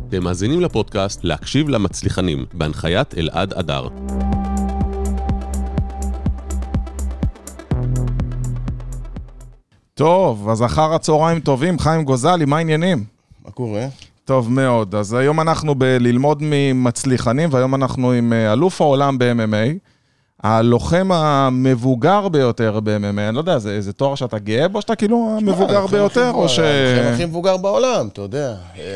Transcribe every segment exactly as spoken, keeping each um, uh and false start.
אתם מאזינים לפודקאסט להקשיב למצליחנים, בהנחיית אלעד אדר. טוב, אז אחר הצהריים טובים, חיים גוזלי, מה העניינים? מה קורה? טוב מאוד, אז היום אנחנו בללמוד ממצליחנים, והיום אנחנו עם אלוף העולם ב-אם אם איי, הלוחם המבוגר ביותר ב-אם אם איי, אני לא יודע, זה, זה תואר שאתה גאה בו, שאתה כאילו המבוגר ביותר, או ש... הלוחם הכי מבוגר בעולם, אתה יודע.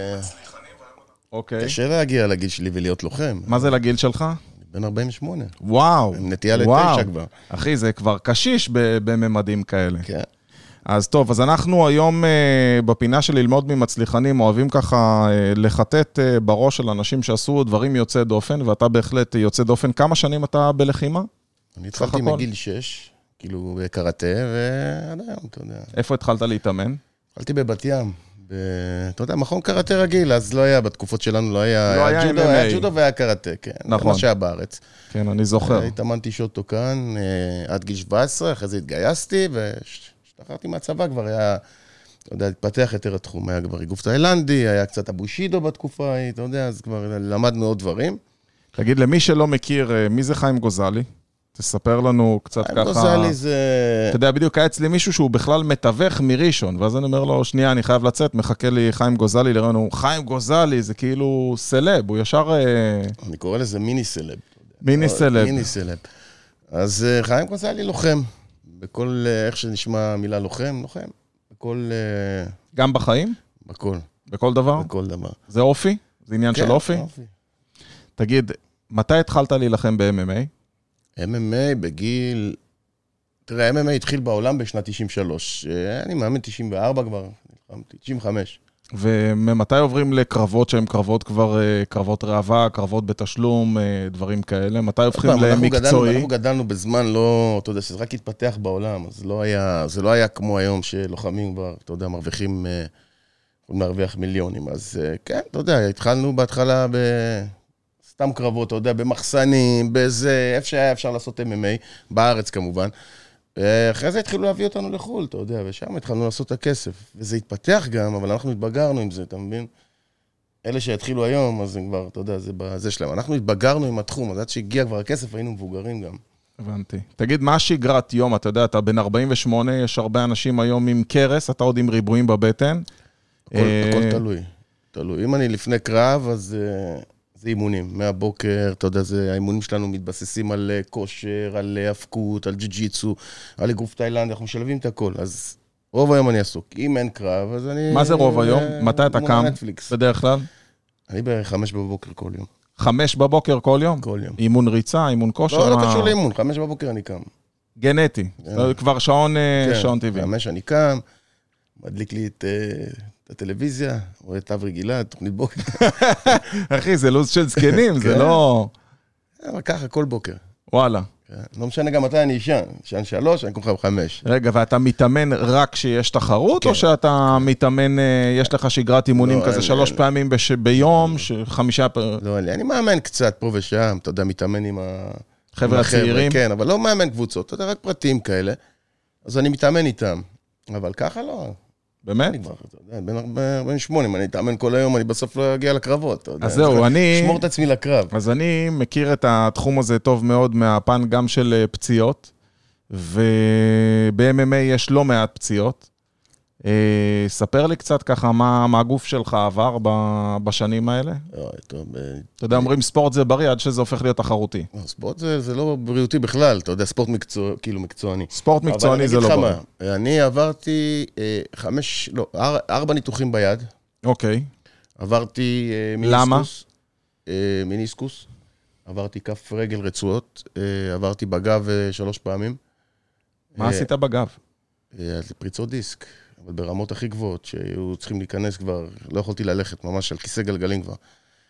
אוקיי. קשה להגיע לגיל שלי ולהיות לוחם. מה זה לגיל שלך? בן ארבעים ושמונה. וואו. עם נטייה לתשע כבר. אחי, זה כבר קשיש בממדים כאלה. כן. אז טוב, אז אנחנו היום uh, בפינה של ללמוד ממצליחנים, אוהבים ככה uh, לחטט uh, בראש של אנשים שעשו דברים יוצא דופן, ואתה בהחלט יוצא דופן. כמה שנים אתה בלחימה? אני התחלתי מגיל שש, כאילו בקראטה, ועד היום, אתה יודע. איפה התחלת להתאמן? התחלתי בבת ים, ב... אתה יודע, מכון קראטה רגיל, אז לא היה, בתקופות שלנו לא היה, לא היה ג'ודו, היה ג'ודו והיה קראטה, כן. נכון. מה שהיה בארץ. כן, אני זוכר. התאמנתי שוטו כאן עד גיל שבע עשרה, אחרי זה התגייסתי, והשתחררתי מהצבא, כבר היה, אתה יודע, התפתח יותר התחום, היה כבר ריגוף תאילנדי, היה קצת אבושידו בתקופה ההיא, אתה יודע, אז כבר למדנו עוד דברים. תגיד, למי שלא מכיר, מי זה חיים גוזלי? תספר לנו קצת ככה. חיים גוזלי זה... אתה יודע, בדיוק היה אצלי מישהו שהוא בכלל מתווך מראשון, ואז אני אומר לו, שנייה, אני חייב לצאת, מחכה לי חיים גוזלי, לראינו, חיים גוזלי, זה כאילו סלב, הוא ישר... אני קורא לזה מיני סלב. מיני סלב. מיני סלב. אז חיים גוזלי לוחם. בכל, איך שנשמע מילה לוחם, לוחם. בכל... גם בחיים? בכל. בכל דבר? בכל דבר. זה אופי? זה עניין של אופי? כן, אופי. תגיד, מתי התחלת להילחם ב-אם אם איי? אם אם איי בגיל... תראה, אם אם איי התחיל בעולם בשנת תשעים ושלוש. אני מאמין תשעים וארבע כבר, תשעים וחמש. וממתי עוברים לקרבות שהן קרבות כבר, קרבות ראווה, קרבות בתשלום, דברים כאלה? מתי הופכים למקצועי? אנחנו גדלנו בזמן לא, אתה יודע, שזה רק התפתח בעולם, אז לא היה, זה לא היה כמו היום שלוחמים כבר, אתה יודע, מרוויחים, מרוויח מיליונים. אז כן, אתה יודע, התחלנו בהתחלה ב... סתם קרבות, אתה יודע, במחסנים, באיזה, איפה שהיה אפשר לעשות אם אם איי, בארץ כמובן. אחרי זה התחילו להביא אותנו לחול, אתה יודע, ושם התחלנו לעשות את הכסף. וזה התפתח גם, אבל אנחנו התבגרנו עם זה, אתה מבין? אלה שהתחילו היום, אז הם כבר, אתה יודע, זה בזה שלהם. אנחנו התבגרנו עם התחום, אז עד שהגיע כבר הכסף, היינו מבוגרים גם. הבנתי. תגיד, מה שגרת יום? אתה יודע, אתה בן ארבעים ושמונה, יש הרבה אנשים היום עם קרס, אתה עוד עם ריבועים בבטן. הכל, הכל תלוי, תלוי. אם אני לפני קרב, אז... זה אימונים, מהבוקר, אתה יודע, זה, האימונים שלנו מתבססים על כושר, על הפקות, על ג'י-ג'יצו, על אגרוף תאילנד, אנחנו משלבים את הכל, אז רוב היום אני עסוק. אם אין קרב, אז אני... מה זה רוב היום? מתי אתה קם? בדרך כלל? אני בערך חמש בבוקר כל יום. חמש בבוקר כל יום? כל יום. אימון ריצה, אימון כושר? לא, לא קשור לאימון, חמש בבוקר אני קם. גנטי, כבר שעון טבעי. חמש אני קם, מדליק לי את... הטלוויזיה, רואה תו רגילה, תוכנית בוקר. אחי, זה לוז של זקנים, זה לא... אבל ככה, כל בוקר. וואלה. לא משנה גם מתי אני אישן. אישן שלוש, אני קומך בחמש. רגע, ואתה מתאמן רק כשיש תחרות, או שאתה מתאמן, יש לך שגרת אימונים כזה שלוש פעמים ביום, חמישה פעמים? לא, אני מאמן קצת פה ושם, אתה יודע, מתאמן עם החבר'ה הצעירים. כן, אבל לא מאמן קבוצות, אתה יודע, רק פרטים כאלה. אז אני מתאמן איתם. אבל ככה לא... באמת? בין ארבעים ושמונה, אם אני אתאמן כל היום, אני בסוף לא אגיע לקרבות. אז זהו, אני... שמור את עצמי לקרב. אז אני מכיר את התחום הזה טוב מאוד מהפן גם של פציעות, וב-אם אם איי יש לא מעט פציעות. ספר לי קצת ככה מה הגוף שלך עבר בשנים האלה. אתה יודע, אומרים ספורט זה בריא עד שזה הופך להיות תחרותי. ספורט זה לא בריאותי בכלל, אתה יודע, ספורט כאילו מקצועני. ספורט מקצועני זה לא בריא. אני עברתי חמש, לא, ארבע ניתוחים ביד. אוקיי. עברתי מיניסקוס. מיניסקוס. עברתי כף רגל רצועות. עברתי בגב שלוש פעמים. מה עשית בגב? פריצות דיסק. אבל ברמות הכי גבוהות, שהיו צריכים להיכנס כבר, לא יכולתי ללכת, ממש על כיסא גלגלים כבר.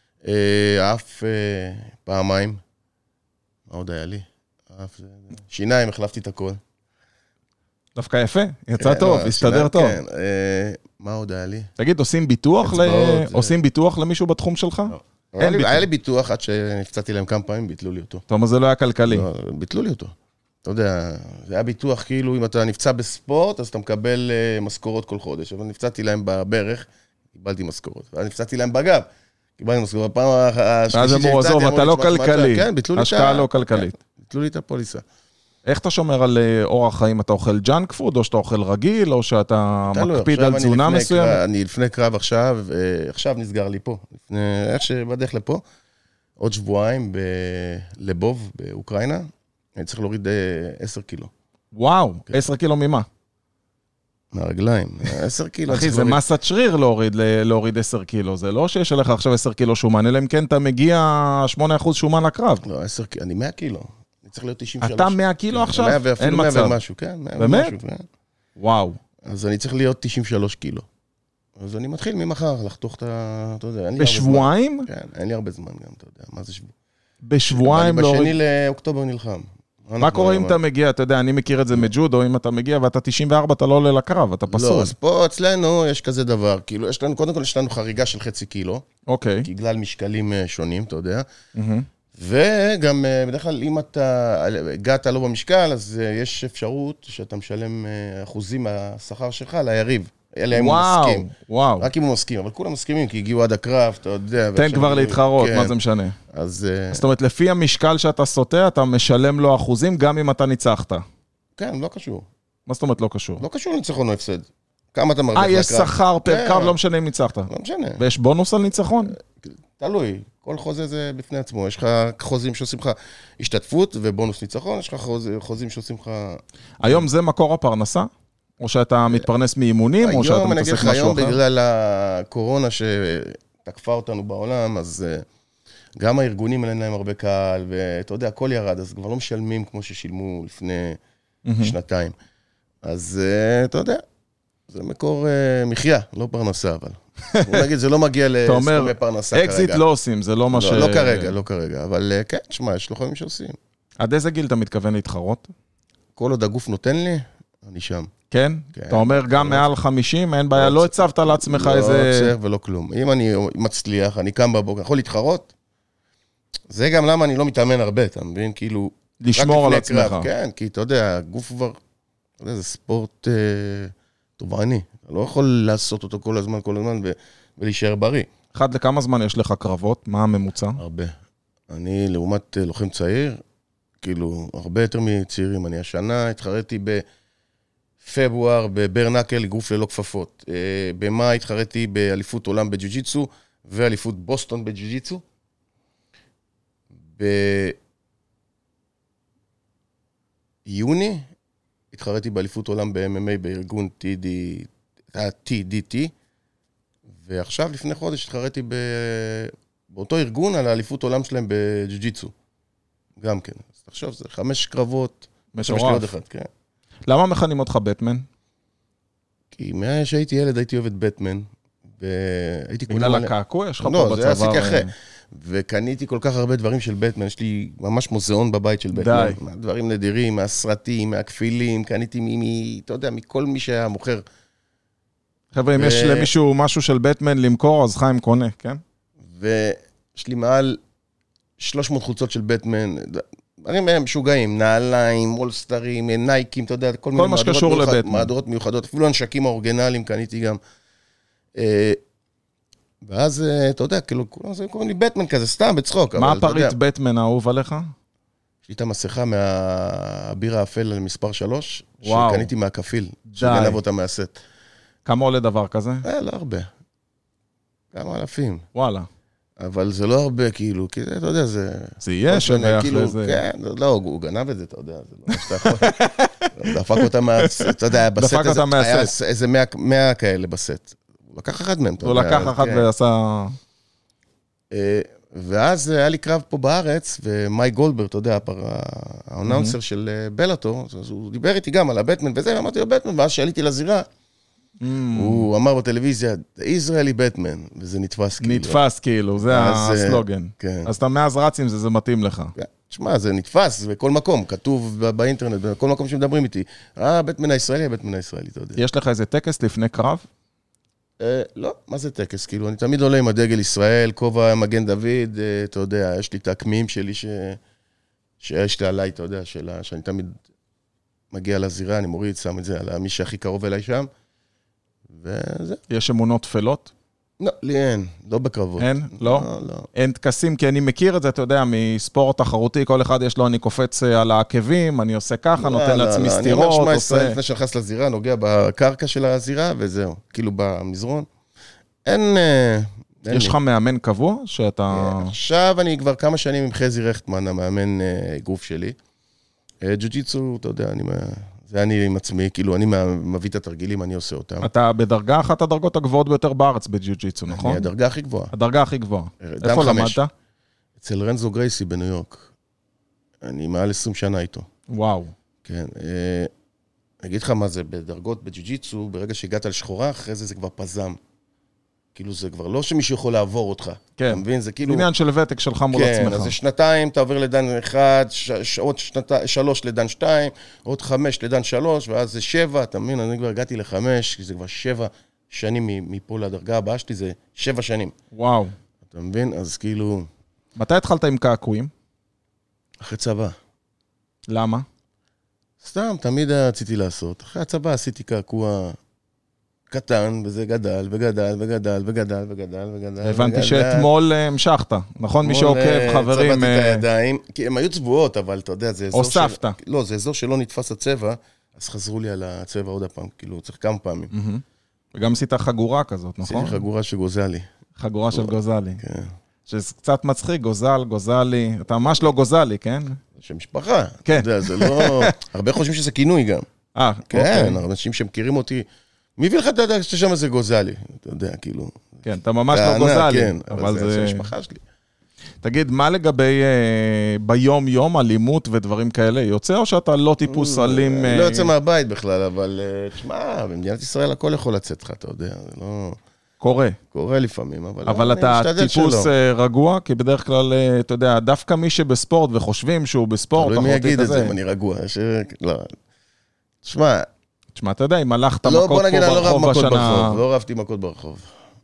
אף פעמיים, מה עוד היה לי? שיניים, החלפתי את הכל. דווקא יפה, יצא טוב, הסתדר טוב. מה עוד היה לי? תגיד, עושים ביטוח עושים ביטוח למישהו בתחום שלך? היה לי ביטוח, עד שנפצעתי להם כמה פעמים, ביטלו לי אותו. זאת אומרת, זה לא היה כלכלי. ביטלו לי אותו. אתה יודע, זה היה ביטוח כאילו, אם אתה נפצע בספורט, אז אתה מקבל משכורות כל חודש. אבל נפצעתי להם בברך, קיבלתי משכורות. ואז נפצעתי להם בגב, קיבלתי משכורת, בפעם השלישית... ואז אמרו, עזוב, אתה לא כלכלי. כן, ביטלו לי את השקעה לא כלכלית. ביטלו לי את הפוליסה. איך אתה שומר על אורח חיים? אתה אוכל ג'אנק פוד, או שאתה אוכל רגיל, או שאתה מקפיד על תזונה מסוימת? אני לפני קרב עכשיו, עכשיו נסגר לי פה. איך שבדרך לפה, עוד שבועיים בלבוב, באוקראינה, אני צריך להוריד עשר קילו. וואו, עשר קילו ממה? מהרגליים, עשר קילו. אחי, זה מסת שריר להוריד, להוריד עשר קילו, זה לא שיש עליך עכשיו עשר קילו שומן, אלא אם כן אתה מגיע שמונה אחוז שומן לקרב. לא, עשר קילו, אני מאה קילו. אני צריך להיות תשעים ושלוש. אתה מאה קילו עכשיו? אין מצב. אפילו מאה ומשהו, כן. באמת? וואו. אז אני צריך להיות תשעים ושלוש קילו. אז אני מתחיל ממחר לחתוך את ה... אתה יודע, אין לי הרבה זמן. בשבועיים? כן, אין לי הרבה זמן גם, אתה יודע, מה זה שבוע? בשבועיים לא... בשני לאוקטובר נלחם. מה קורה אם אתה מגיע, אתה יודע, אני מכיר את זה מג'ודו, אם אתה מגיע ואתה תשעים וארבע, אתה לא עולה לקרב, אתה פסול. לא, אז פה אצלנו יש כזה דבר, כאילו, יש לנו, קודם כל יש לנו חריגה של חצי קילו. אוקיי. בגלל משקלים שונים, אתה יודע. וגם בדרך כלל, אם אתה הגעת לא במשקל, אז יש אפשרות שאתה משלם אחוזים מהשכר שלך ליריב. אלא אם הוא מסכים. וואו. רק אם הוא מסכים, אבל כולם מסכימים, כי הגיעו עד הקרב, אתה יודע. תן כבר להתחרות, מה זה משנה? אז... זאת אומרת, לפי המשקל שאתה סוטה, אתה משלם לו אחוזים, גם אם אתה ניצחת. כן, לא קשור. מה זאת אומרת לא קשור? לא קשור ניצחון או הפסד. כמה אתה מרוויח לקרב. אה, יש שכר פר קרב, לא משנה אם ניצחת. לא משנה. ויש בונוס על ניצחון? תלוי. כל חוזה זה בפני עצמו. יש לך חוזים שעושים לך השתתפות ובונוס ניצחון, יש לך חוזים שעושים לך... היום זה מקור הפרנסה? או שאתה מתפרנס מאימונים, או שאתה מתעסק משהו אחר? היום בגלל הקורונה שתקפה אותנו בעולם, אז גם הארגונים אין להם הרבה קהל, ואתה יודע, הכל ירד, אז כבר לא משלמים כמו ששילמו לפני שנתיים. אז אתה יודע, זה מקור מחיה, לא פרנסה, אבל. בוא נגיד, זה לא מגיע לסכומי פרנסה כרגע. אקזיט לא עושים, זה לא מה ש... לא כרגע, לא כרגע, אבל כן, תשמע, יש לוחמים שעושים. עד איזה גיל אתה מתכוון להתחרות? כל עוד הגוף נותן לי, אני שם. כן? אתה אומר גם מעל חמישים, אין בעיה, לא הצבת לעצמך איזה... לא צריך ולא כלום. אם אני מצליח, אני קם בבוקר, יכול להתחרות, זה גם למה אני לא מתאמן הרבה, אתה מבין? כאילו... לשמור על עצמך. כן, כי אתה יודע, הגוף כבר... אתה יודע, זה ספורט תובעני. אתה לא יכול לעשות אותו כל הזמן, כל הזמן, ולהישאר בריא. אחד, לכמה זמן יש לך קרבות? מה הממוצע? הרבה. אני, לעומת לוחם צעיר, כאילו, הרבה יותר מצעירים. אני השנה התחרתי ב... פברואר בברנקל, גוף ללא כפפות. במאי התחרתי באליפות עולם בג'יוג'יצו, ואליפות בוסטון בג'יוג'יצו. ביוני התחרתי באליפות עולם ב-אם אם איי בארגון טי די טי, ועכשיו לפני חודש התחרתי באותו ארגון על האליפות עולם שלהם בג'יוג'יצו. גם כן. אז תחשוב, זה חמש קרבות. מטורף. כן. למה מכנים אותך בטמן? כי מאז שהייתי ילד הייתי אוהב את בטמן, והייתי... בגלל הקעקוע? יש לך פה בצבא? לא, זה היה עשיתי אחרי. וקניתי כל כך הרבה דברים של בטמן, יש לי ממש מוזיאון בבית של בטמן. די. דברים נדירים, מהסרטים, מהכפילים, קניתי מ... אתה יודע, מכל מי שהיה מוכר. חבר'ה, אם יש למישהו משהו של בטמן למכור, אז חיים קונה, כן? ויש לי מעל שלוש מאות חולצות של בטמן, דברים מהם משוגעים, נעליים, אולסטרים, נייקים, אתה יודע, כל מיני מהדורות מיוחדות, אפילו הנשקים האורגנליים קניתי גם. ואז, אתה יודע, כאילו, כולם זה קוראים לי בטמן כזה, סתם, בצחוק. מה הפריט בטמן האהוב עליך? יש לי את המסכה מהביר האפל למספר שלוש, שקניתי מהכפיל, שגנב אותה מהסט. כמה עולה דבר כזה? אה, לא הרבה. כמה אלפים. וואלה. אבל זה לא הרבה, כאילו, כי אתה יודע, זה... זה יהיה שווה אחרי זה. כן, לא, הוא גנב את זה, אתה יודע, זה לא שאתה יכול... דפק אותה מהסט, אתה יודע, בסט היה איזה מאה כאלה בסט. הוא לקח אחד מהם, אתה יודע. הוא לקח אחד ועשה... ואז היה לי קרב פה בארץ, ומאי גולדברג, אתה יודע, האנאונסר של בלאטור, אז הוא דיבר איתי גם על הבטמן וזה, ואמרתי לו בטמן, ואז שעליתי לזירה, הוא אמר בטלוויזיה, Israeli Batman, וזה נתפס כאילו. נתפס כאילו, זה הסלוגן. אז אתה מאז רץ עם זה, זה מתאים לך. תשמע, זה נתפס בכל מקום, כתוב באינטרנט, בכל מקום שמדברים איתי. אה, בטמן הישראלי, הבטמן הישראלי, אתה יודע. יש לך איזה טקס לפני קרב? לא, מה זה טקס? כאילו, אני תמיד עולה עם הדגל ישראל, כובע מגן דוד, אתה יודע, יש לי את הקמיעים שלי שיש לי עליי, אתה יודע, שאני תמיד מגיע לזירה, אני מוריד, שם את זה על מי שהכי קרוב אליי שם. וזה. יש אמונות תפלות? לא, לי אין, לא בקרבות. אין? לא? לא, לא. אין תקסים, כי אני מכיר את זה, אתה יודע, מספורט תחרותי, כל אחד יש לו, אני קופץ על העקבים, אני עושה ככה, נותן לעצמי סתירות. אני אומר, שמע, ישראל לפני שנכנס לזירה, נוגע בקרקע של הזירה, וזהו, כאילו במזרון. אין... יש לך מאמן קבוע שאתה... עכשיו אני כבר כמה שנים עם חזי רכטמן, המאמן גוף שלי. ג'ו-ג'יצו, אתה יודע, אני... זה אני עם עצמי, כאילו אני מביא את התרגילים, אני עושה אותם. אתה בדרגה אחת הדרגות הגבוהות ביותר בארץ בג'יו-ג'יצו, נכון? אני הדרגה הכי גבוהה. הדרגה הכי גבוהה. איפה למדת? אצל רנזו גרייסי בניו יורק. אני מעל עשרים שנה איתו. וואו. כן. אני אגיד לך מה זה, בדרגות בג'יו-ג'יצו, ברגע שהגעת לשחורה, אחרי זה זה כבר פזם. כאילו זה כבר לא שמישהו יכול לעבור אותך. כן. אתה מבין? זה כאילו... עניין של ותק שלך מול עצמך. כן, אז זה שנתיים, אתה עובר לדן אחד, ש... עוד שנתיים, שלוש לדן שתיים, עוד חמש לדן שלוש, ואז זה שבע, אתה מבין? אני כבר הגעתי לחמש, כי זה כבר שבע שנים מפה לדרגה הבאה שלי, זה שבע שנים. וואו. אתה מבין? אז כאילו... מתי התחלת עם קעקועים? אחרי צבא. למה? סתם, תמיד רציתי לעשות. אחרי הצבא עשיתי קעקוע... קטן, וזה גדל, וגדל, וגדל, וגדל, וגדל, וגדל. הבנתי שאתמול המשכת, נכון? מי שעוקב, חברים... צבעתי את הידיים, כי הן היו צבועות, אבל אתה יודע, זה אזור... הוספת. לא, זה אזור שלא נתפס הצבע, אז חזרו לי על הצבע עוד הפעם, כאילו, צריך כמה פעמים. וגם עשית חגורה כזאת, נכון? עשיתי חגורה שגוזלי. חגורה של גוזלי. כן. שזה קצת מצחיק, גוזל, גוזלי. אתה ממש לא גוזלי, כן? זה שם משפחה. כן. אתה יודע, זה לא... הרבה חושבים שזה כינוי גם. אה, כן, אנשים שמכירים אותי... מי הביא לך את הדעת ששם הזה גוזלי? אתה יודע, כאילו... כן, אתה ממש לא גוזלי. כן, אבל זה המשפחה שלי. תגיד, מה לגבי ביום יום, אלימות ודברים כאלה? יוצא או שאתה לא טיפוס אלים? לא יוצא מהבית בכלל, אבל תשמע, במדינת ישראל הכל יכול לצאת לך, אתה יודע, זה לא... קורה. קורה לפעמים, אבל... אבל אתה טיפוס רגוע, כי בדרך כלל, אתה יודע, דווקא מי שבספורט וחושבים שהוא בספורט, מי יגיד את זה, אם אני רגוע, לא... תשמע... תשמע, אתה יודע, אם הלכת מכות פה ברחוב בשנה... לא רבתי מכות ברחוב.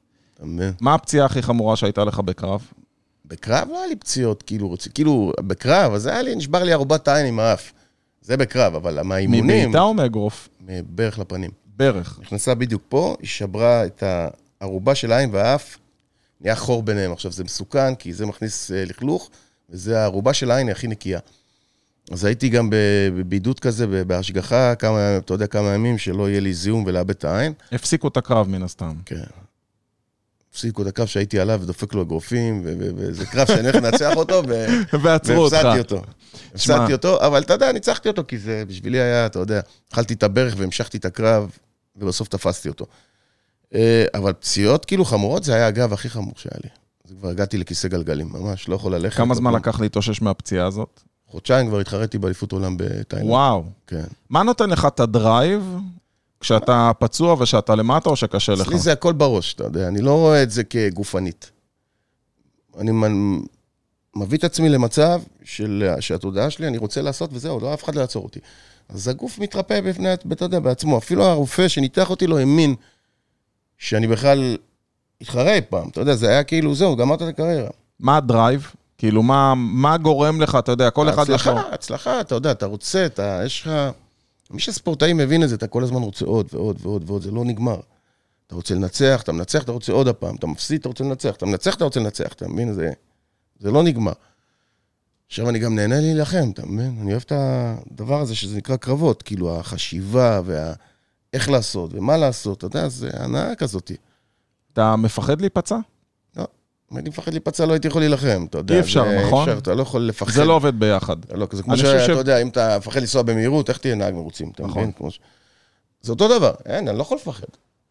מה הפציעה הכי חמורה שהייתה לך בקרב? בקרב לא היה לי פציעות, כאילו, כאילו, בקרב, אז היה לי, נשבר לי ארובת העין עם האף. זה בקרב, אבל מהאימונים... מבעיטה או מאגרוף? מברך לפנים. ברך. נכנסה בדיוק פה, היא שברה את הארובה של העין והאף, נהיה חור ביניהם. עכשיו, זה מסוכן, כי זה מכניס לכלוך, וזה הארובה של העין הכי נקייה. אז הייתי גם בבידוד כזה, בהשגחה, כמה, אתה יודע, כמה ימים שלא יהיה לי זיהום ולאבד את העין. הפסיקו את הקרב מן הסתם. כן. הפסיקו את הקרב שהייתי עליו ודופק לו אגרופים, וזה קרב שאני הולך לנצח אותו, והפסדתי אותו. הפסדתי אותו, אבל אתה יודע, ניצחתי אותו, כי זה בשבילי היה, אתה יודע, אכלתי את הברך והמשכתי את הקרב, ובסוף תפסתי אותו. אבל פציעות כאילו חמורות, זה היה הגב הכי חמור שהיה לי. אז כבר הגעתי לכיסא גלגלים, ממש, לא יכול ללכת. כמה זמן לקח להתאושש מהפציעה הזאת? חודשיים כבר התחרתי באליפות עולם בתאילנד. וואו. כן. מה נותן לך את הדרייב כשאתה פצוע ושאתה למטה או שקשה לך? אצלי זה הכל בראש, אתה יודע, אני לא רואה את זה כגופנית. אני מביא את עצמי למצב של שהתודעה שלי, אני רוצה לעשות וזהו, לא אף אחד לא יעצור אותי. אז הגוף מתרפא בפני, אתה יודע, בעצמו. אפילו הרופא שניתח אותי לא האמין שאני בכלל התחרה פעם. אתה יודע, זה היה כאילו, זהו, גמרת את הקריירה. מה הדרייב? כאילו, מה, מה גורם לך, אתה יודע, כל אחד יש לו... הצלחה, הצלחה, אתה יודע, אתה רוצה, אתה, יש לך... מי שספורטאי מבין את זה, אתה כל הזמן רוצה עוד ועוד ועוד ועוד, זה לא נגמר. אתה רוצה לנצח, אתה מנצח, אתה רוצה עוד הפעם, אתה מפסיד, אתה רוצה לנצח, אתה מנצח, אתה רוצה לנצח, אתה מבין? זה, זה לא נגמר. עכשיו אני גם נהנה להילחם, אתה מבין? אני אוהב את הדבר הזה שזה נקרא קרבות, כאילו החשיבה וה... איך לעשות ומה לעשות, אתה יודע, זה הנאה כזאת. אתה מפחד להיפצע? לא, אם אני מפחד להיפצע, לא הייתי יכול להילחם, אתה יודע. אי אפשר, נכון? אתה לא יכול לפחד. זה לא עובד ביחד. לא, זה כמו שאתה יודע, אם אתה מפחד לנסוע במהירות, איך תהיה נהג מרוצים, אתה מבין? זה אותו דבר, אין, אני לא יכול לפחד.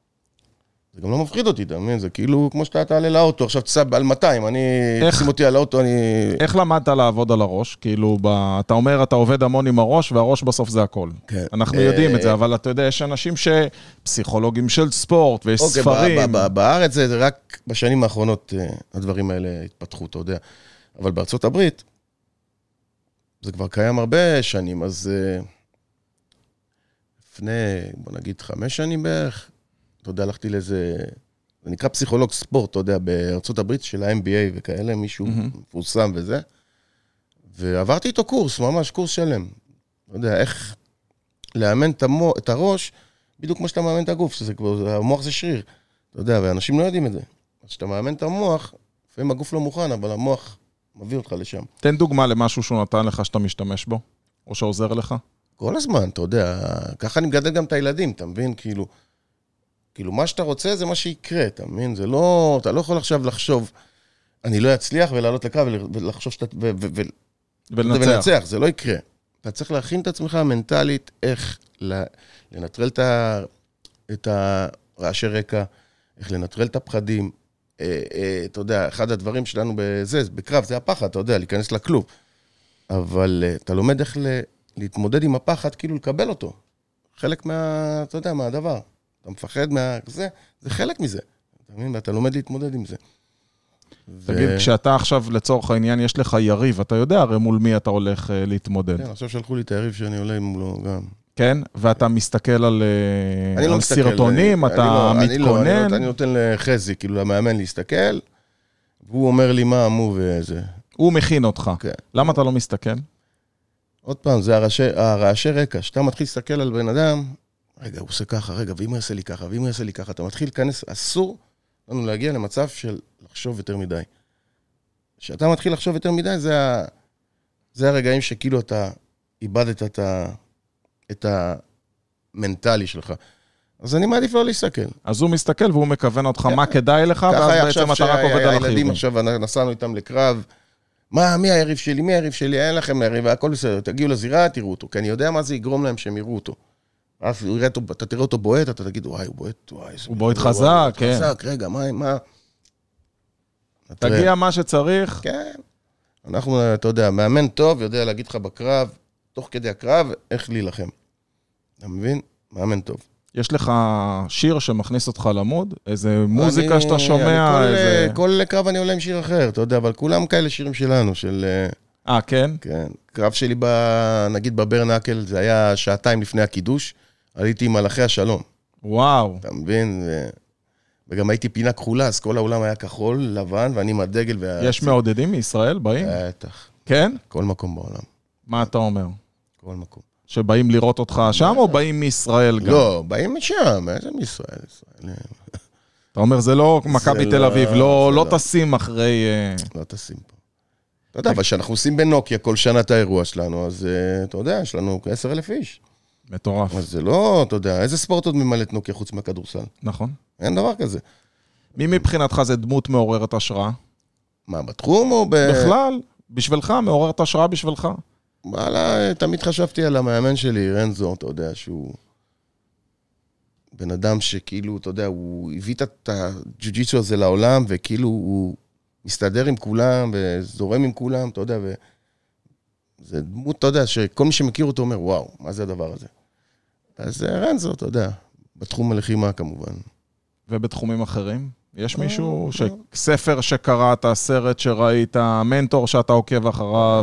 זה גם לא מפחיד אותי, אתה מבין? זה כאילו כמו שאתה תעלה לאוטו, עכשיו תסע על מאתיים, אני תשים אותי על האוטו, אני... איך למדת לעבוד על הראש? כאילו, אתה אומר, אתה עובד המון עם הראש, והראש בסוף זה הכל. אנחנו יודעים את זה, אבל אתה יודע, יש אנשים שפסיכולוגים של ספורט, ויש ספרים. בארץ זה רק בשנים האחרונות הדברים האלה התפתחו, אתה יודע. אבל בארצות הברית, זה כבר קיים הרבה שנים, אז לפני, בוא נגיד, חמש שנים בערך, אתה יודע, הלכתי לאיזה, זה נקרא פסיכולוג ספורט, אתה יודע, בארצות הברית של ה-אם בי איי וכאלה, מישהו מפורסם וזה, ועברתי איתו קורס, ממש קורס שלם. אתה יודע, איך לאמן את הראש, בדיוק כמו שאתה מאמן את הגוף, שזה כבר, המוח זה שריר. אתה יודע, ואנשים לא יודעים את זה. אז כשאתה מאמן את המוח, לפעמים הגוף לא מוכן, אבל המוח מביא אותך לשם. תן דוגמה למשהו שהוא נתן לך שאתה משתמש בו, או שעוזר לך. כל הזמן, אתה יודע, ככה אני מגדל גם את הילדים, אתה מבין? כאילו, כאילו מה שאתה רוצה זה מה שיקרה, אתה מבין? זה לא, אתה לא יכול עכשיו לחשוב, אני לא אצליח ולעלות לקרב ולחשוב שאתה, ו, ו, ו, ולנצח. ולנצח, זה לא יקרה. אתה צריך להכין את עצמך מנטלית, איך לנטרל את, ה, את הרעשי רקע, איך לנטרל את הפחדים. אה, אה, אתה יודע, אחד הדברים שלנו בזה, בקרב, זה הפחד, אתה יודע, להיכנס לכלוב. אבל אה, אתה לומד איך ל, להתמודד עם הפחד, כאילו לקבל אותו. חלק מה, אתה יודע, מהדבר. אתה מפחד מה... זה, זה חלק מזה. אתה מבין? ואתה לומד להתמודד עם זה. תגיד, ו... כשאתה עכשיו לצורך העניין, יש לך יריב, אתה יודע הרי מול מי אתה הולך uh, להתמודד. כן, עכשיו שלחו לי את היריב שאני עולה מולו גם. כן? ואתה מסתכל על, אני על לא מסתכל, סרטונים, אני, אתה אני לא, מתכונן. אני, לא, אני נותן לחזי, כאילו למאמן להסתכל, והוא אומר לי מה אמור וזה. הוא מכין אותך. כן. למה אתה לא מסתכל? עוד פעם, זה הרעשי, הרעשי רקע. שאתה מתחיל להסתכל על בן אדם, רגע, הוא עושה ככה, רגע, ואם הוא יעשה לי ככה, ואם הוא יעשה לי ככה, אתה מתחיל להיכנס, אסור לנו להגיע למצב של לחשוב יותר מדי. כשאתה מתחיל לחשוב יותר מדי, זה, ה... זה הרגעים שכאילו אתה איבדת את, ה... את המנטלי שלך. אז אני מעדיף לא להסתכל. אז הוא מסתכל והוא מכוון אותך מה כדאי לך, ואז בעצם אתה רק עובד על החיובים. הילדים עכשיו נסענו איתם לקרב, מה, מי היריב שלי, מי היריב שלי, אין לכם היריב, והכל בסדר, תגיעו לזירה, תראו אותו, כי אני יודע מה זה יגרום להם שהם יראו אותו. אז אתה תראה אותו בועט, אתה תגיד, וואי, הוא בועט, וואי. הוא בועט חזק, כן. חזק, רגע, מה, מה? תגיע מה שצריך. כן. אנחנו, אתה יודע, מאמן טוב, יודע להגיד לך בקרב, תוך כדי הקרב, איך להילחם. אתה מבין? מאמן טוב. יש לך שיר שמכניס אותך למוד? איזה מוזיקה שאתה שומע? אני כל, איזה... כל קרב אני עולה עם שיר אחר, אתה יודע, אבל כולם כאלה שירים שלנו, של... אה, כן? כן. קרב שלי, ב, נגיד בברנקל, זה היה שעתיים לפני הקידוש, עליתי עם מלאכי השלום. וואו. אתה מבין? ו... וגם הייתי פינה כחולה, אז כל העולם היה כחול, לבן, ואני עם הדגל. וה... יש מעודדים מישראל, באים? בטח. כן? כל מקום בעולם. מה אתה אומר? כל מקום. שבאים לראות אותך שם, או באים מישראל גם? לא, באים משם, איזה מישראל? אתה אומר, זה לא מכבי תל אביב, לא תשים אחרי... לא תשים פה. אתה יודע, אבל שאנחנו עושים בנוקיה כל שנה את האירוע שלנו, אז אתה יודע, יש לנו עשרה אלף איש. מטורף. אז זה לא, אתה יודע, איזה ספורט עוד ממלאת נוקיה חוץ מהכדורסל? נכון. אין דבר כזה. מי מבחינתך זה דמות מעוררת השראה? מה, בתחום או ב... בכלל, בשבילך, מעוררת השראה בשבילך. וואלה, תמיד חשבתי על המאמן שלי, רנזו, אתה יודע, שהוא בן אדם שכאילו, אתה יודע, הוא הביא את הג'ו-ג'יצו הזה לעולם, וכאילו הוא מסתדר עם כולם, וזורם עם כולם, אתה יודע, וזה דמות, אתה יודע, שכל מי שמכיר אותו אומר, וואו, מה זה הדבר הזה? אז רנזו, אתה יודע, בתחום הלחימה כמובן. ובתחומים אחרים? יש מישהו, ספר שקראת, סרט שראית, מנטור שאתה עוקב אחריו?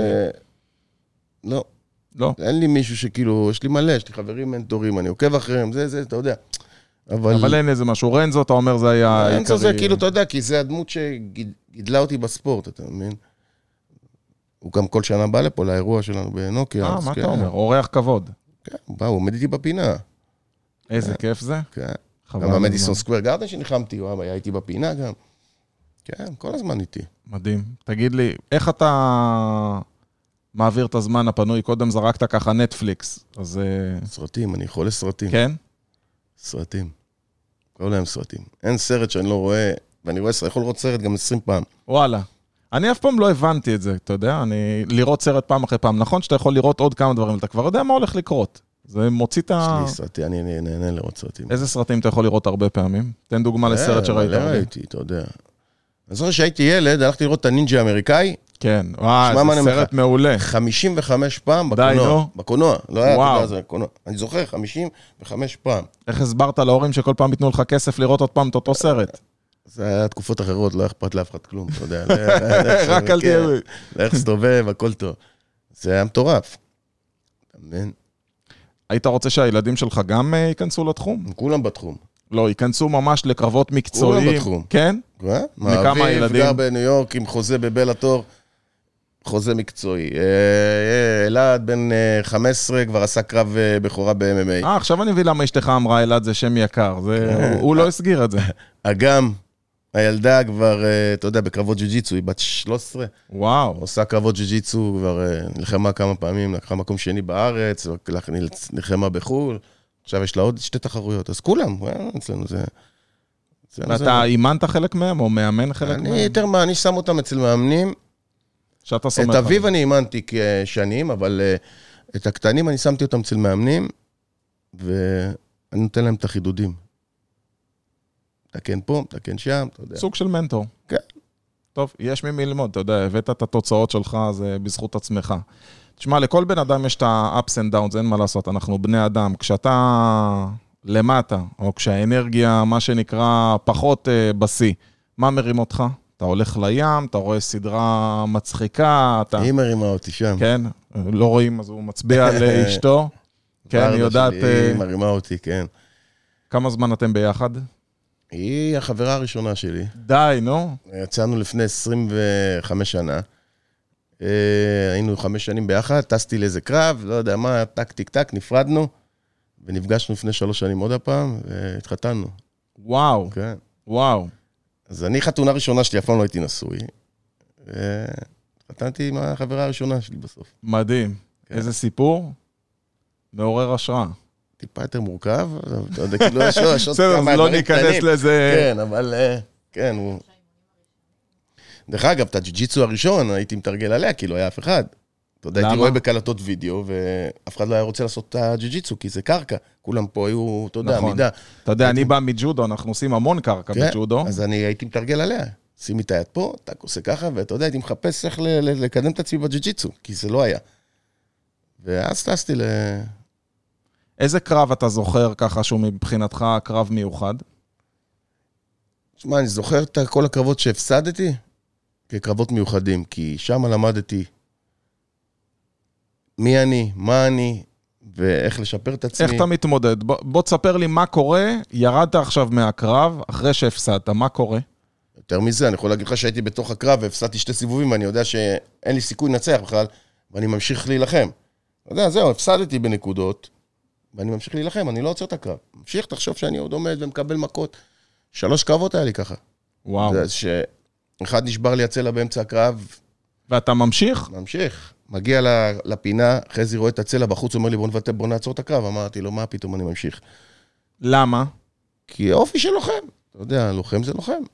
לא. לא? אין לי מישהו שכאילו, יש לי מלא, יש לי חברים מנטורים, אני עוקב אחריהם, זה, זה, אתה יודע. אבל, אבל אין איזה משהו, רנזו, אתה אומר, זה היה... רנזו זה כאילו, אתה יודע, כי זה הדמות שגידלה אותי בספורט, אתה מבין? הוא גם כל שנה בא לפה, לאירוע שלנו בנוקיה. אה, מה אתה אומר? אורח כבוד. כן, בא, הוא עומד איתי בפינה. איזה כיף זה. כן. גם במדיסון סקוואר גארדן שניחמתי, הוא היה איתי בפינה גם. כן, כל הזמן איתי. מדהים. תגיד לי, איך אתה מעביר את הזמן הפנוי? קודם זרקת ככה נטפליקס, אז... סרטים, אני יכול לסרטים. כן? סרטים. כל היום סרטים. אין סרט שאני לא רואה, ואני רואה, יכול לראות סרט גם עשרים פעם. וואלה. אני אף פעם לא הבנתי את זה, אתה יודע, אני לראות סרט פעם אחרי פעם. נכון שאתה יכול לראות עוד כמה דברים, אתה כבר יודע מה הולך לקרות. זה מוציא את ה... יש לי סרטים, אני נהנה לראות סרטים. איזה סרטים אתה יכול לראות הרבה פעמים? תן דוגמה לסרט שראית הרבה. ראיתי, אתה יודע. אני זוכר שהייתי ילד, הלכתי לראות את הנינג'ה האמריקאי. כן, וואי, זה סרט מעולה. חמישים וחמש פעם בקונוע. די, נו. בקונוע, לא היה, אתה יודע, זה קונוע. אני זוכר, חמישים וחמש פעם. איך הסברת להורים שכל פעם ייתנו לך כסף לראות עוד פעם את אותו סרט? זה היה תקופות אחרות, לא אכפת לאף אחד כלום, אתה יודע. רק על תהיה. איך סתובב, הכל טוב. זה היה מטורף. אתה מבין? היית רוצה שהילדים שלך גם ייכנסו לתחום? כולם בתחום. לא, ייכנסו ממש לקרבות מקצועיים. כולם בתחום. כן? מכמה ילדים? גר בניו יורק עם חוזה בבלאטור, חוזה מקצועי. אלעד בן חמש עשרה כבר עשה קרב בכורה ב-אם אם איי. אה, עכשיו אני מבין למה אשתך אמרה אלעד זה שם יקר. הוא לא הסגיר את זה. אגם, הילדה כבר, אתה יודע, בקרבות ג'ו-ג'יצו, היא בת שלוש עשרה. וואו. עושה קרבות ג'ו-ג'יצו, כבר נלחמה כמה פעמים, לקחה מקום שני בארץ, נלחמה בחול. עכשיו יש לה עוד שתי תחרויות, אז כולם, אצלנו זה... ואתה אימנת חלק מהם, או מאמן חלק מהם? אני יותר מה, אני שם אותם אצל מאמנים. שאתה סומך. את אביב אני אימנתי כשנים, אבל את הקטנים אני שמתי אותם אצל מאמנים, ואני נותן להם את החידודים. תקן פה, תקן שם, אתה יודע. סוג של מנטור. כן. טוב, יש ממי ללמוד, אתה יודע, הבאת את התוצאות שלך, זה בזכות עצמך. תשמע, לכל בן אדם יש את ה-ups and downs, אין מה לעשות, אנחנו בני אדם. כשאתה למטה, או כשהאנרגיה, מה שנקרא, פחות uh, בסי, מה מרים אותך? אתה הולך לים, אתה רואה סדרה מצחיקה, אתה... היא מרימה אותי שם. כן, לא רואים, אז הוא מצביע לאשתו. כן, היא יודעת... היא מרימה אותי, כן. כמה זמן אתם ביחד? היא החברה הראשונה שלי. די, נו. יצאנו לפני עשרים וחמש שנה. היינו חמש שנים ביחד, טסתי לאיזה קרב, לא יודע מה, טק, טיק, טק, נפרדנו, ונפגשנו לפני שלוש שנים עוד הפעם, והתחתנו. וואו. כן. וואו. אז אני חתונה ראשונה שלי, אף פעם לא הייתי נשוי. והתחתנתי עם החברה הראשונה שלי בסוף. מדהים. כן. איזה סיפור? מעורר השראה. טיפה יותר מורכב, אתה יודע, כאילו יש עוד כמה דברים קטנים. בסדר, אז לא ניכנס לזה... כן, אבל... כן, הוא... דרך אגב, את הג'ו-ג'יצו הראשון הייתי מתרגל עליה, כי לא היה אף אחד. אתה יודע, הייתי רואה בקלטות וידאו, ואף אחד לא היה רוצה לעשות את הג'ו-ג'יצו, כי זה קרקע. כולם פה היו, אתה יודע, עמידה. אתה יודע, אני בא מג'ודו, אנחנו עושים המון קרקע בג'ודו. אז אני הייתי מתרגל עליה. שימי את היד פה, אתה עושה ככה, ואתה יודע, הייתי מחפש איך לקדם את עצמי בג'ו-ג'יצו, כי זה לא היה. ואז טסתי ל... איזה קרב אתה זוכר ככה שהוא מבחינתך קרב מיוחד? תשמע, אני זוכר את כל הקרבות שהפסדתי כקרבות מיוחדים, כי שם למדתי מי אני, מה אני, ואיך לשפר את עצמי. איך אתה מתמודד? בוא, בוא תספר לי מה קורה, ירדת עכשיו מהקרב, אחרי שהפסדת, מה קורה? יותר מזה, אני יכול להגיד לך שהייתי בתוך הקרב, והפסדתי שתי סיבובים, ואני יודע שאין לי סיכוי לנצח בכלל, ואני ממשיך להילחם. אתה יודע, זהו, הפסדתי בנקודות, ואני ממשיך להילחם, אני לא עוצר את הקרב. ממשיך, תחשוב שאני עוד עומד ומקבל מכות. שלוש קרבות היה לי ככה. וואו. שאחד נשבר לי הצלע באמצע הקרב. ואתה ממשיך? ממשיך. מגיע לפינה, חזי רואה את הצלע בחוץ, אומר לי, בוא נבטא, בוא נעצור את הקרב. אמרתי לו, מה פתאום אני ממשיך? למה? כי האופי של לוחם. אתה יודע, לוחם זה לוחם.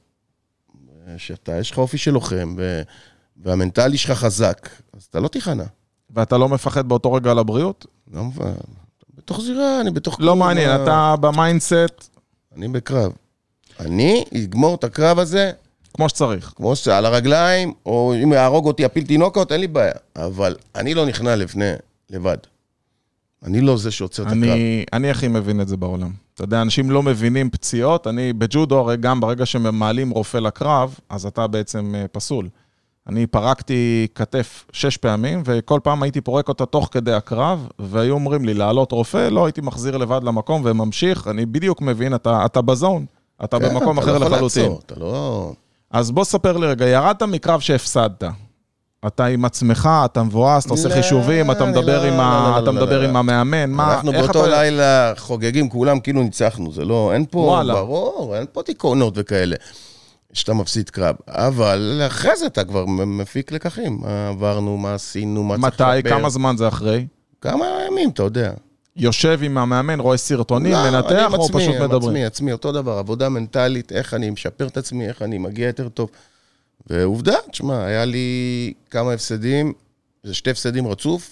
שאתה, יש לך אופי של לוחם, והמנטלי שלך חזק, אז אתה לא תיכנע. ואתה לא מפחד באותו רגע על הבריאות? לא מפחד. בתוך זירה, אני בתוך... לא מעניין, אתה במיינדסט... אני בקרב. אני אגמור את הקרב הזה... כמו שצריך. כמו שצריך, על הרגליים, או אם יהרוג אותי, יפיל תינוקות, אין לי בעיה. אבל אני לא נכנע לפני, לבד. אני לא זה שעוצר את הקרב. אני הכי מבין את זה בעולם. אתה יודע, אנשים לא מבינים פציעות, אני בג'ודו, הרי גם ברגע שמעלים רופא לקרב, אז אתה בעצם פסול. אני פרקתי כתף שש פעמים, וכל פעם הייתי פורק אותה תוך כדי הקרב, והיו אומרים לי, לעלות רופא, לא הייתי מחזיר לבד למקום וממשיך, אני בדיוק מבין, אתה, אתה בזון, אתה כן, במקום אתה אחר לא לחלוטין. אתה לא... אז בוא ספר לי רגע, ירדת מקרב שהפסדת. אתה עם עצמך, אתה מבואס, אתה עושה חישובים, אתה מדבר עם המאמן, מה... אנחנו באותו לילה חוגגים, כולם כאילו ניצחנו, זה לא, אין פה, ברור, אין פה תיקונות וכאלה. שאתה מפסיד קרב, אבל אחרי זה אתה כבר מפיק לקחים, מה עברנו, מה עשינו, מה צריך לדבר. מתי, כמה זמן זה אחרי? כמה ימים, אתה יודע. יושב עם המאמן, רואה סרטונים, מנתח, או פשוט מדברים? עצמי, עצמי, אותו דבר, עבודה מנטלית, איך אני משפר את עצמי, איך אני מגיע יותר טוב. ועובדה, תשמע, היה לי כמה הפסדים, זה שתי הפסדים רצוף,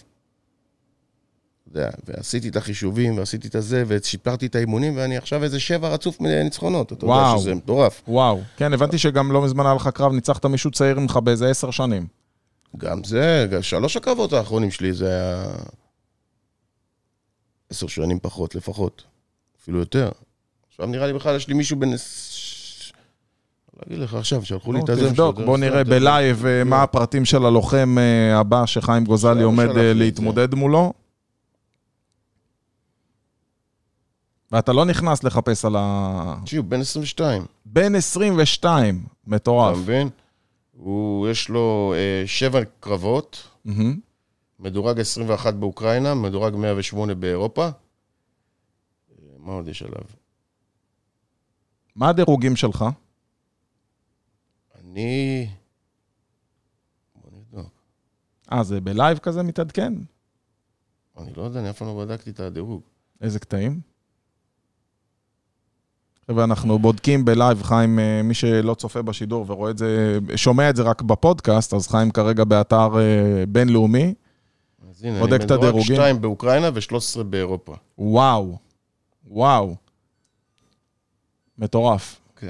ועשיתי את החישובים, ועשיתי את הזה, ושיפרתי את האימונים, ואני עכשיו איזה שבע רצוף מניצחונות, אתה יודע שזה מטורף. וואו, כן, הבנתי שגם לא מזמן היה לך קרב, ניצחת מישהו צעיר ממך באיזה עשר שנים. גם זה, שלוש הקרבות האחרונים שלי, זה היה עשר שנים פחות, לפחות, אפילו יותר. עכשיו נראה לי בכלל, יש לי מישהו בן... להגיד לך עכשיו, שלחו לי את הזה. תבדוק, בוא נראה בלייב מה הפרטים של הלוחם הבא שחיים גוזלי עומד להתמודד מולו. ואתה לא נכנס לחפש על ה... תשאיר, בן עשרים ושתיים. בן עשרים ושתיים, מטורף. אתה מבין? הוא, יש לו אה, שבע קרבות, mm-hmm. מדורג עשרים ואחת באוקראינה, מדורג מאה ושמונה באירופה. מה עוד יש עליו? מה הדירוגים שלך? אני... בוא נבדוק. אה, זה בלייב כזה מתעדכן? אני לא יודע, אני אף פעם לא בדקתי את הדירוג. איזה קטעים? ואנחנו בודקים בלייב, חיים, מי שלא צופה בשידור ורואה את זה, שומע את זה רק בפודקאסט, אז חיים כרגע באתר בינלאומי, אז הנה, בודק את הדירוגים. שתיים באוקראינה ו-שלוש עשרה באירופה. וואו, וואו. מטורף. כן.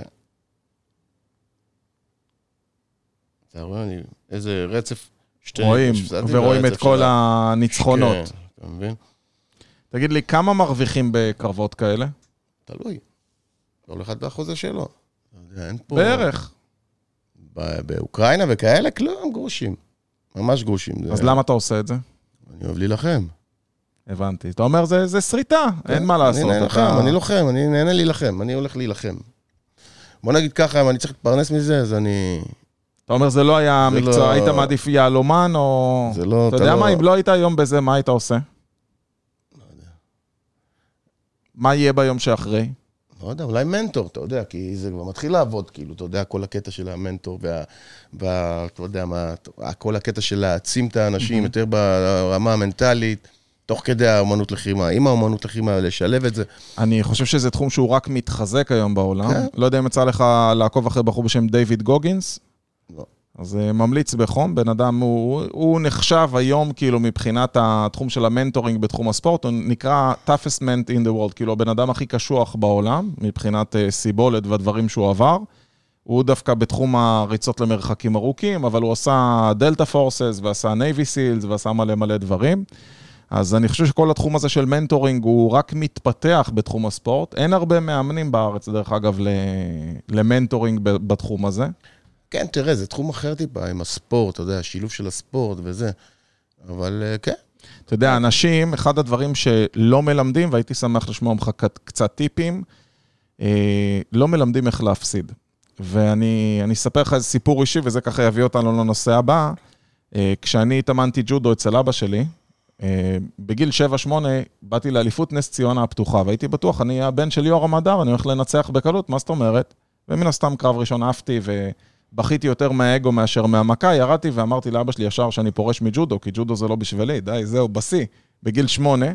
אתה רואה, אני, איזה רצף, שתי... רואים, ורואים את כל הניצחונות. כן, אתה מבין? תגיד לי, כמה מרוויחים בקרבות כאלה? תלוי. כל אחד באחוזה שלו. אין פה... בערך. באוקראינה וכאלה, כלום, גרושים. ממש גרושים. אז למה אתה עושה את זה? אני אוהב להילחם. הבנתי. אתה אומר, זה, זה שריטה, אין מה לעשות. אני נלחם, אני לוחם, אני נהנה להילחם, אני הולך להילחם. בוא נגיד ככה, אם אני צריך להתפרנס מזה, אז אני... אתה אומר, זה לא היה מקצוע, היית מעדיף יהלומן, או... זה לא... אתה יודע מה, אם לא היית היום בזה, מה היית עושה? לא יודע. מה יהיה ביום שאחרי? לא יודע, אולי מנטור, אתה יודע, כי זה כבר מתחיל לעבוד, כאילו, אתה יודע, כל הקטע של המנטור, וה... אתה יודע מה, כל הקטע של להעצים את האנשים יותר ברמה המנטלית, תוך כדי האמנות לחימה, עם האמנות לחימה, לשלב את זה. אני חושב שזה תחום שהוא רק מתחזק היום בעולם. לא יודע אם יצא לך לעקוב אחרי בחור בשם דיוויד גוגינס. לא. אז ממליץ בחום, בן אדם, הוא, הוא נחשב היום כאילו מבחינת התחום של המנטורינג בתחום הספורט, הוא נקרא toughest man in the world, כאילו הבן אדם הכי קשוח בעולם, מבחינת סיבולת והדברים שהוא עבר. הוא דווקא בתחום הריצות למרחקים ארוכים, אבל הוא עשה דלטה פורסס, ועשה נייבי סילס, ועשה מלא מלא דברים. אז אני חושב שכל התחום הזה של מנטורינג הוא רק מתפתח בתחום הספורט. אין הרבה מאמנים בארץ, דרך אגב, למנטורינג בתחום הזה. כן, תראה, זה תחום אחר טיפה, עם הספורט, אתה יודע, השילוב של הספורט וזה. אבל כן. אתה יודע, אנשים, אחד הדברים שלא מלמדים, והייתי שמח לשמוע ממך קצת טיפים, לא מלמדים איך להפסיד. ואני אני אספר לך איזה סיפור אישי, וזה ככה יביא אותנו לנושא הבא. כשאני התאמנתי ג'ודו אצל אבא שלי, בגיל שבע שמונה באתי לאליפות נס ציונה הפתוחה, והייתי בטוח, אני הבן של יורם הדר, אני הולך לנצח בקלות, מה זאת אומרת? ומן הסתם קרב ראשון עפתי, ובכיתי יותר מהאגו מאשר מהמכה, ירדתי ואמרתי לאבא שלי ישר שאני פורש מג'ודו, כי ג'ודו זה לא בשבילי, די, זהו, בסי, בגיל שמונה,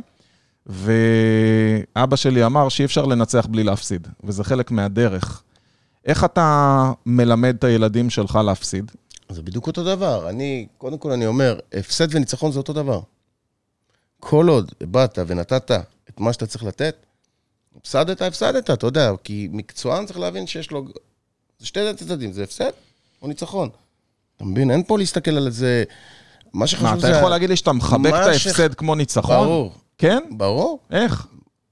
ואבא שלי אמר שאי אפשר לנצח בלי להפסיד, וזה חלק מהדרך. איך אתה מלמד את הילדים שלך להפסיד? זה בדיוק אותו דבר. אני, קודם כל אני אומר, הפסד וניצחון זה אותו דבר. כל עוד באת ונתת את מה שאתה צריך לתת, הפסדת, הפסדת, אתה יודע, כי מקצוען צריך להבין שיש לו, זה שתי צדדים, זה הפסד או ניצחון. אתה מבין? אין פה להסתכל על זה, מה שחשוב מה, זה... אתה יכול להגיד לי שאתה מחבק את ההפסד כמו ניצחון? ברור. כן? ברור. איך?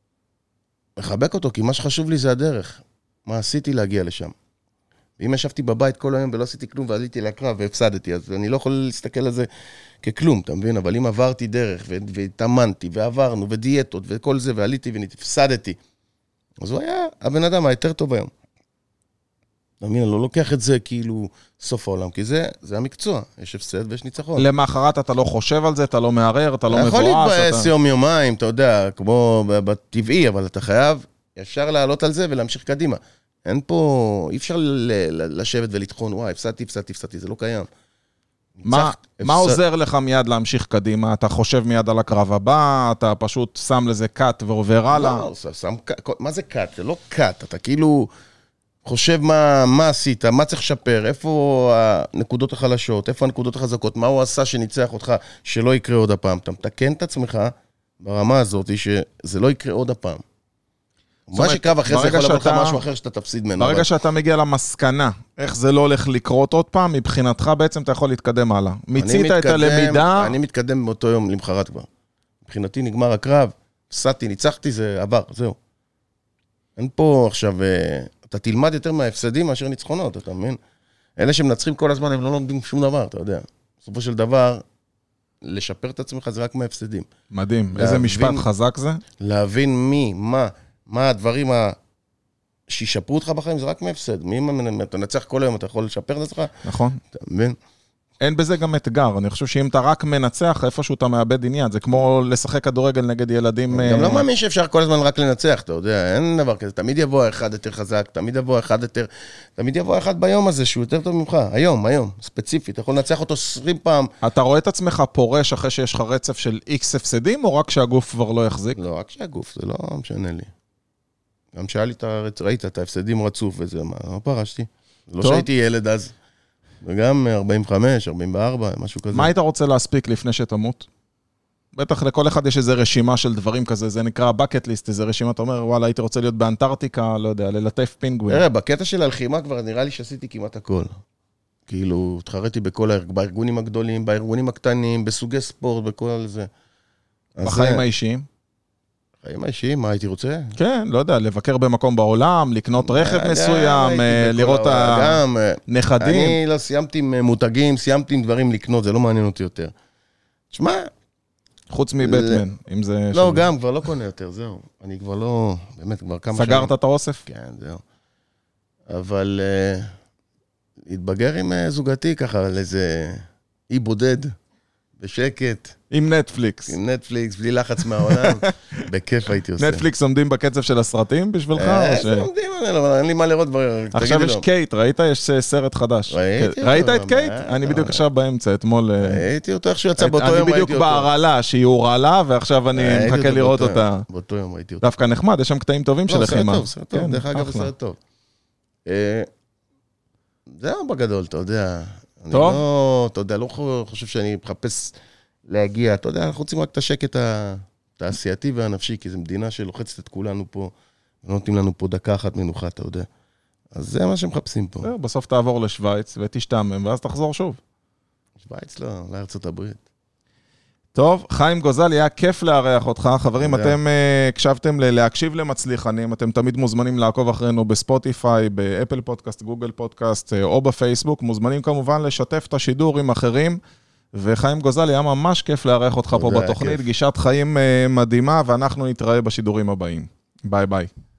מחבק אותו, כי מה שחשוב לי זה הדרך. מה עשיתי להגיע לשם? ואם ישבתי בבית כל היום ולא עשיתי כלום ועליתי לקרב והפסדתי, אז אני לא יכול להסתכל על זה ככלום, אתה מבין? אבל אם עברתי דרך והתאמנתי ועברנו ודיאטות וכל זה ועליתי והפסדתי, אז הוא היה הבן אדם היותר טוב היום. אתה מבין? אני לא לוקח את זה כאילו סוף העולם, כי זה, זה המקצוע, יש הפסד ויש ניצחון. למחרת אתה לא חושב על זה, אתה לא מערער, אתה לא מבואס. אתה יכול להתבאס יום יומיים, אתה יודע, כמו בטבעי, אבל אתה חייב ישר לעלות על זה ולהמשיך קדימה. אין פה, אי אפשר לשבת ולתחון, וואי, הפסדתי, הפסדתי, הפסדתי, זה לא קיים. מה, מה עוזר לך מיד להמשיך קדימה? אתה חושב מיד על הקרב הבא, אתה פשוט שם לזה קאט ועובר הלאה? לא, שם, מה זה קאט? זה לא קאט, אתה כאילו חושב מה, מה עשית, מה צריך לשפר, איפה הנקודות החלשות, איפה הנקודות החזקות, מה הוא עשה שניצח אותך, שלא יקרה עוד הפעם. אתה מתקן את עצמך ברמה הזאת, שזה לא יקרה עוד הפעם. מה שקרב אחרי זה יכול לבוא לך משהו אחר שאתה תפסיד ממנו. ברגע שאתה מגיע למסקנה, איך זה לא הולך לקרות עוד פעם, מבחינתך בעצם אתה יכול להתקדם הלאה. מיצית את הלמידה. אני מתקדם באותו יום למחרת כבר. מבחינתי נגמר הקרב, הפסדתי, ניצחתי, זה עבר, זהו. אין פה עכשיו, אתה תלמד יותר מההפסדים מאשר ניצחונות, אתה מבין? אלה שמנצחים כל הזמן, הם לא לומדים שום דבר, אתה יודע. בסופו של דבר, לשפר את עצמך זה רק מההפסדים. מדהים, איזה משפט חזק זה? להבין מי, מה, מה הדברים שישפרו אותך בחיים, זה רק מהפסד. מי אתה נצח כל היום, אתה יכול לשפר את עצמך? נכון. אתה מבין? אין בזה גם אתגר. אני חושב שאם אתה רק מנצח, איפשהו אתה מאבד עניין. זה כמו לשחק כדורגל נגד ילדים... גם לא מאמין שאפשר כל הזמן רק לנצח, אתה יודע, אין דבר כזה. תמיד יבוא אחד יותר חזק, תמיד יבוא אחד יותר... תמיד יבוא אחד ביום הזה שהוא יותר טוב ממך. היום, היום, ספציפית. אתה יכול לנצח אותו עשרים פעם. אתה רואה את עצמך פורש אחרי שיש לך רצף של איקס הפסדים, או רק שהגוף כבר לא יחזיק? לא, רק שהגוף, זה לא משנה לי. גם שאלי, ראית, את ההפסדים רצוף וזה, מה, לא פרשתי. לא שהייתי ילד אז. וגם ארבעים וחמש, ארבעים וארבע, משהו כזה. מה היית רוצה להספיק לפני שתמות? בטח לכל אחד יש איזו רשימה של דברים כזה, זה נקרא bucket list, איזו רשימה, אתה אומר, וואלה, הייתי רוצה להיות באנטארקטיקה, לא יודע, ללטף פינגווין. תראה, בקטע של הלחימה כבר נראה לי שעשיתי כמעט הכל. כאילו, התחרתי בכל הארגונים הגדולים, בארגונים הקטנים, בסוגי ספורט, בכל זה. בחיים האישיים? בחיים האישיים, מה הייתי רוצה? כן, לא יודע, לבקר במקום בעולם, לקנות רכב מסוים, לראות הנכדים. אני לא סיימתי עם מותגים, סיימתי עם דברים לקנות, זה לא מעניין אותי יותר. תשמע... חוץ מבטמן, אם זה... לא, גם, כבר לא קונה יותר, זהו. אני כבר לא... באמת, כבר כמה שנים... סגרת את האוסף? כן, זהו. אבל... להתבגר עם זוגתי ככה, על איזה אי בודד, בשקט. עם נטפליקס. עם נטפליקס, בלי לחץ מהעולם. בכיף הייתי עושה. נטפליקס עומדים בקצב של הסרטים בשבילך? אה, עומדים, אבל אין לי מה לראות. עכשיו יש קייט, ראית? יש סרט חדש. ראיתי. ראית את קייט? אני בדיוק עכשיו באמצע, אתמול... ראיתי אותו איך שהוא יצא באותו יום, ראיתי אותו. אני בדיוק בהרעלה, שהיא הורעלה, ועכשיו אני מחכה לראות אותה. באותו יום ראיתי אותו. דווקא נחמד, יש שם קטעים טובים של לחימה. סרט טוב, סרט טוב. דרך אגב, סרט טוב. זהו בגדול, אתה יודע. אני לא, אתה יודע, לא חושב שאני מחפש להגיע, אתה יודע, אנחנו רוצים רק את השקט התעשייתי והנפשי, כי זו מדינה שלוחצת את כולנו פה, ונותנים לנו פה דקה אחת מנוחה, אתה יודע. אז זה מה שמחפשים פה. בסוף תעבור לשוויץ ותשתעמם, ואז תחזור שוב. שוויץ לא, לארצות הברית. טוב, חיים גוזלי, היה כיף לארח אותך. חברים, אתם הקשבתם להקשיב למצליחנים, אתם תמיד מוזמנים לעקוב אחרינו בספוטיפיי, באפל פודקאסט, גוגל פודקאסט, או בפייסבוק. מוזמנים כמובן לשתף את השידור עם אחרים, וחיים גוזלי, היה ממש כיף לארח אותך פה בתוכנית, גישת חיים מדהימה, ואנחנו נתראה בשידורים הבאים. ביי ביי.